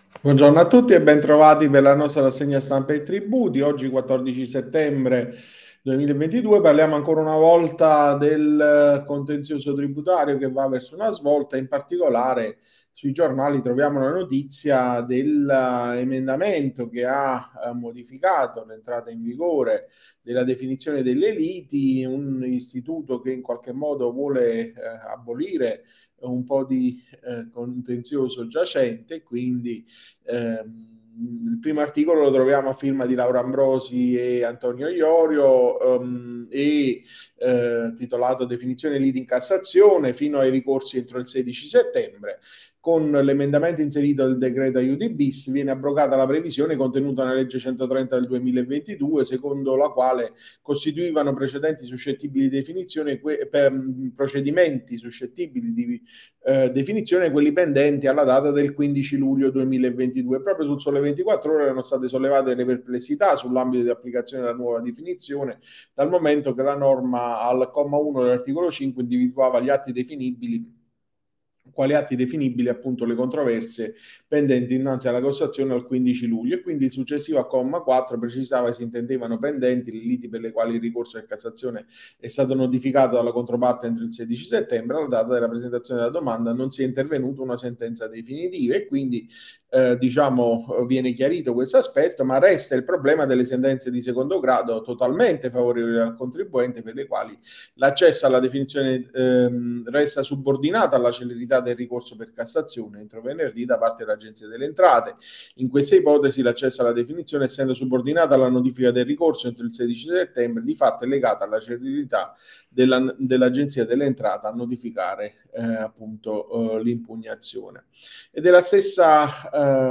Buongiorno a tutti e bentrovati per la nostra rassegna stampa e tributi. Oggi 14 settembre 2022 parliamo ancora una volta del contenzioso tributario che va verso una svolta. In particolare sui giornali troviamo la notizia dell'emendamento che ha modificato l'entrata in vigore della definizione delle liti, un istituto che in qualche modo vuole abolire un po' di contenzioso giacente, quindi il primo articolo lo troviamo a firma di Laura Ambrosi e Antonio Iorio, e titolato Definizione liti in Cassazione fino ai ricorsi entro il 16 settembre. Con l'emendamento inserito del decreto aiuti bis viene abrogata la previsione contenuta nella legge 130 del 2022, secondo la quale costituivano precedenti suscettibili di definizione procedimenti suscettibili di definizione quelli pendenti alla data del 15 luglio 2022. Proprio sul Sole 24 Ore erano state sollevate le perplessità sull'ambito di applicazione della nuova definizione, dal momento che la norma al comma 1 dell'articolo 5 individuava gli atti definibili quali atti definibili appunto le controversie pendenti innanzi alla Cassazione al 15 luglio e quindi il successivo a comma 4 precisava che si intendevano pendenti le liti per le quali il ricorso in Cassazione è stato notificato dalla controparte entro il 16 settembre, alla data della presentazione della domanda non si è intervenuta una sentenza definitiva e quindi viene chiarito questo aspetto, ma resta il problema delle sentenze di secondo grado totalmente favorevoli al contribuente per le quali l'accesso alla definizione resta subordinato alla celerità del ricorso per Cassazione entro venerdì da parte dell'Agenzia delle Entrate. In questa ipotesi l'accesso alla definizione, essendo subordinato alla notifica del ricorso entro il 16 settembre, di fatto è legata alla celerità dell'Agenzia delle Entrate a notificare l'impugnazione. Ed è la stessa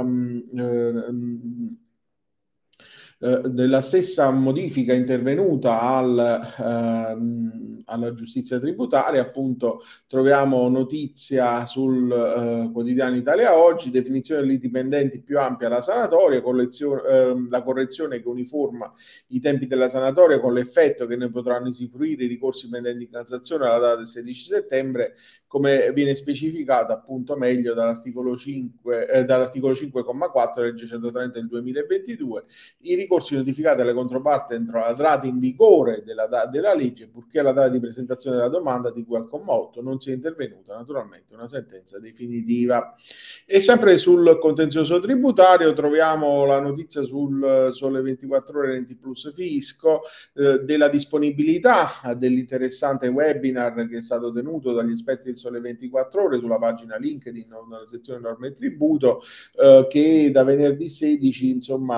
della stessa modifica intervenuta alla giustizia tributaria, appunto troviamo notizia sul quotidiano Italia Oggi, definizione dei dipendenti più ampia la sanatoria, la correzione che uniforma i tempi della sanatoria con l'effetto che ne potranno usufruire i ricorsi pendenti in Cassazione alla data del 16 settembre, come viene specificato appunto meglio dall'articolo 5,4 legge 130 del 2022. I ricorsi notificati alle controparte entro la data in vigore della legge, purché alla data di presentazione della domanda di cui al comma 8 non sia intervenuta naturalmente una sentenza definitiva. E sempre sul contenzioso tributario troviamo la notizia sul Sole 24 Ore Renti Plus Fisco della disponibilità dell'interessante webinar che è stato tenuto dagli esperti del Sole 24 Ore sulla pagina LinkedIn, nella sezione norme e tributo, che da venerdì 16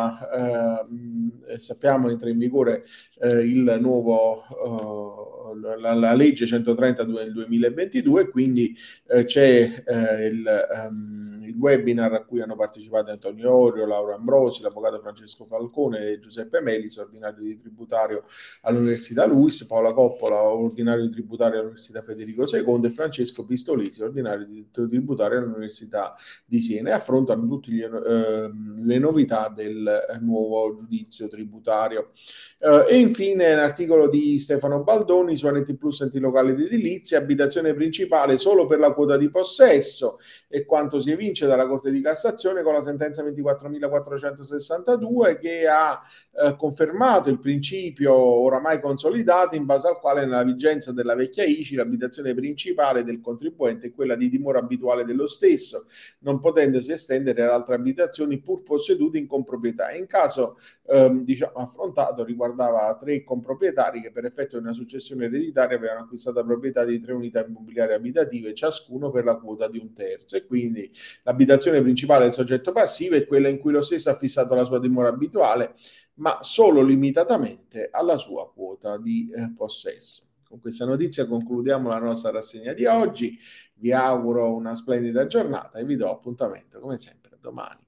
sappiamo entra in vigore il nuovo la legge 130 del 2022, quindi c'è il webinar a cui hanno partecipato Antonio Orio, Laura Ambrosi, l'avvocato Francesco Falcone e Giuseppe Melis, ordinario di tributario all'Università Luis, Paola Coppola, ordinario di tributario all'Università Federico II e Francesco Pistolesi, ordinario di tributario all'Università di Siena, e affrontano tutte le novità del nuovo giudizio tributario. E infine l'articolo di Stefano Baldoni su Enti Plus enti locali di edilizia, abitazione principale solo per la quota di possesso e quanto si evince dalla Corte di Cassazione con la sentenza 24.462 che ha confermato il principio oramai consolidato in base al quale nella vigenza della vecchia ICI l'abitazione principale del contribuente è quella di dimora abituale dello stesso, non potendosi estendere ad altre abitazioni pur possedute in comproprietà. In caso affrontato riguardava 3 comproprietari che per effetto di una successione ereditaria avevano acquistato la proprietà di 3 unità immobiliari abitative, ciascuno per la quota di un terzo, e quindi l'abitazione principale del soggetto passivo è quella in cui lo stesso ha fissato la sua dimora abituale, ma solo limitatamente alla sua quota di possesso. Con questa notizia concludiamo la nostra rassegna di oggi. Vi auguro una splendida giornata e vi do appuntamento come sempre domani.